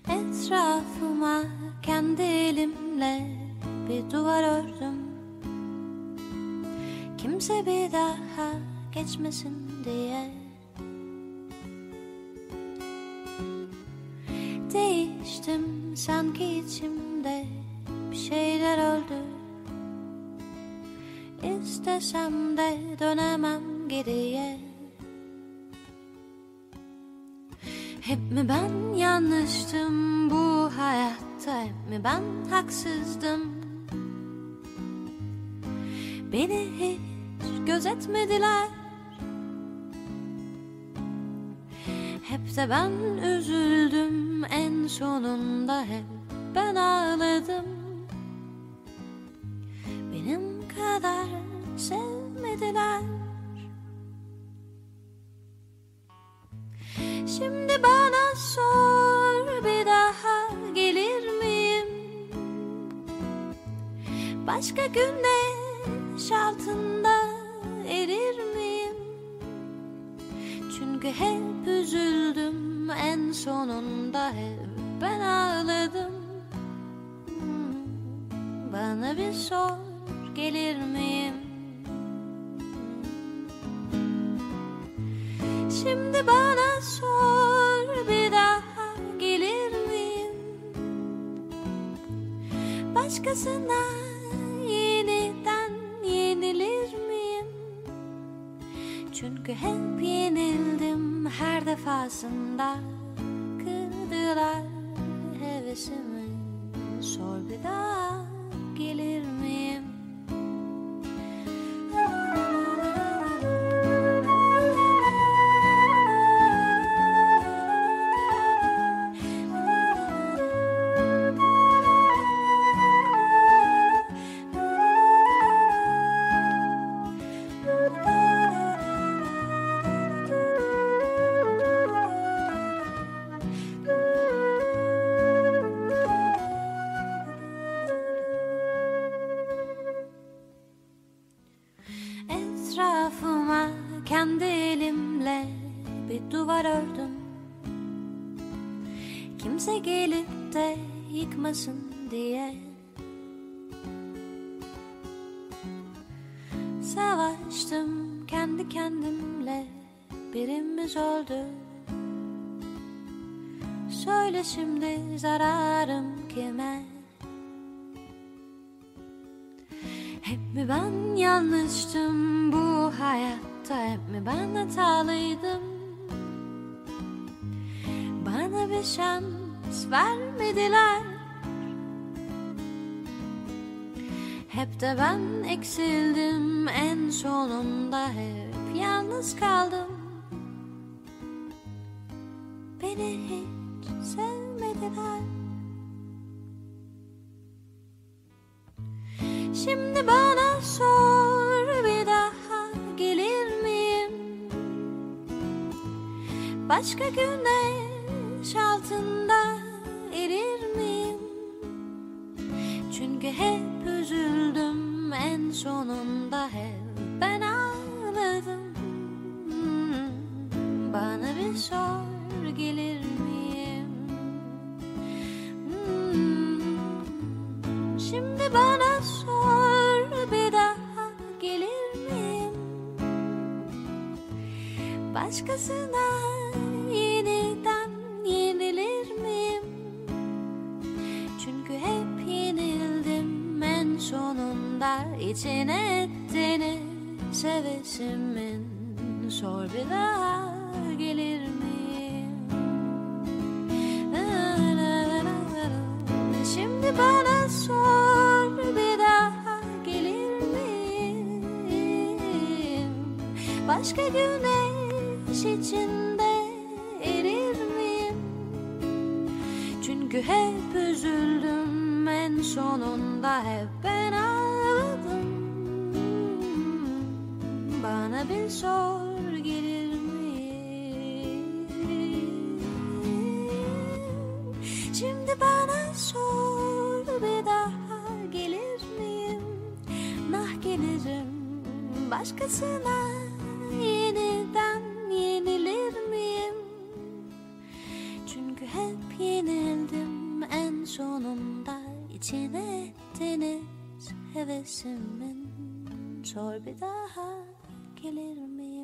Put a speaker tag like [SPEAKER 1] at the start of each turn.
[SPEAKER 1] Etrafıma kendi elimle bir duvar ördüm. Kimse bir daha geçmesin diye. Değiştim sanki içimde bir şeyler öldü. İstesem de dönemem geriye. Hep mi ben yanlıştım bu hayatta, hep mi ben haksızdım? Beni hiç gözetmediler. Hep de ben üzüldüm, en sonunda hep ben ağladım. Benim kadar sevmediler. Şimdi bana sor, bir daha gelir miyim? Başka güneş altında erir miyim? Çünkü hep üzüldüm, en sonunda hep ben ağladım. Bana bir sor, gelir miyim? Şimdi bana sor, bir daha gelir miyim? Başkasına yeniden yenilir miyim? Çünkü hep yenildim her defasında. Kırdılar hevesimi, sor bir daha gelir miyim? Etrafıma kendi elimle bir duvar ördüm. Kimse gelip de yıkmasın diye. Savaştım kendi kendimle, birimiz öldü. Söyle şimdi zararım kime? Hep mi ben yanlıştım bu hayatta, hep mi ben hatalıydım? Bana bir şans vermediler. Hep de ben eksildim, en sonunda hep yalnız kaldım. Beni hiç sevmediler. Şimdi bana sor, bir daha gelir miyim? Başka güneş altında erir miyim? Çünkü hep üzüldüm, en sonunda hep ben ağladım. Bana bir sor, gelir miyim? Şimdi bana sor, bir daha gelir miyim? Başkasına yeniden yenilir miyim? Çünkü hep yenildim, en sonunda içine ettiğini sevesimin, sor bir daha gelir miyim? Şimdi bana sor, bir daha gelir miyim? Başka güneş içinde erir miyim? Çünkü hep üzüldüm, en sonunda hep ben ağladım. Bana bir sor, gelir miyim? Şimdi bana sor, bir daha gelir miyim? Nah gelirim, başkasına yeniden yenilir miyim? Çünkü hep yenildim, İçine ettiniz hevesimin. Sor bir daha gelir miyim?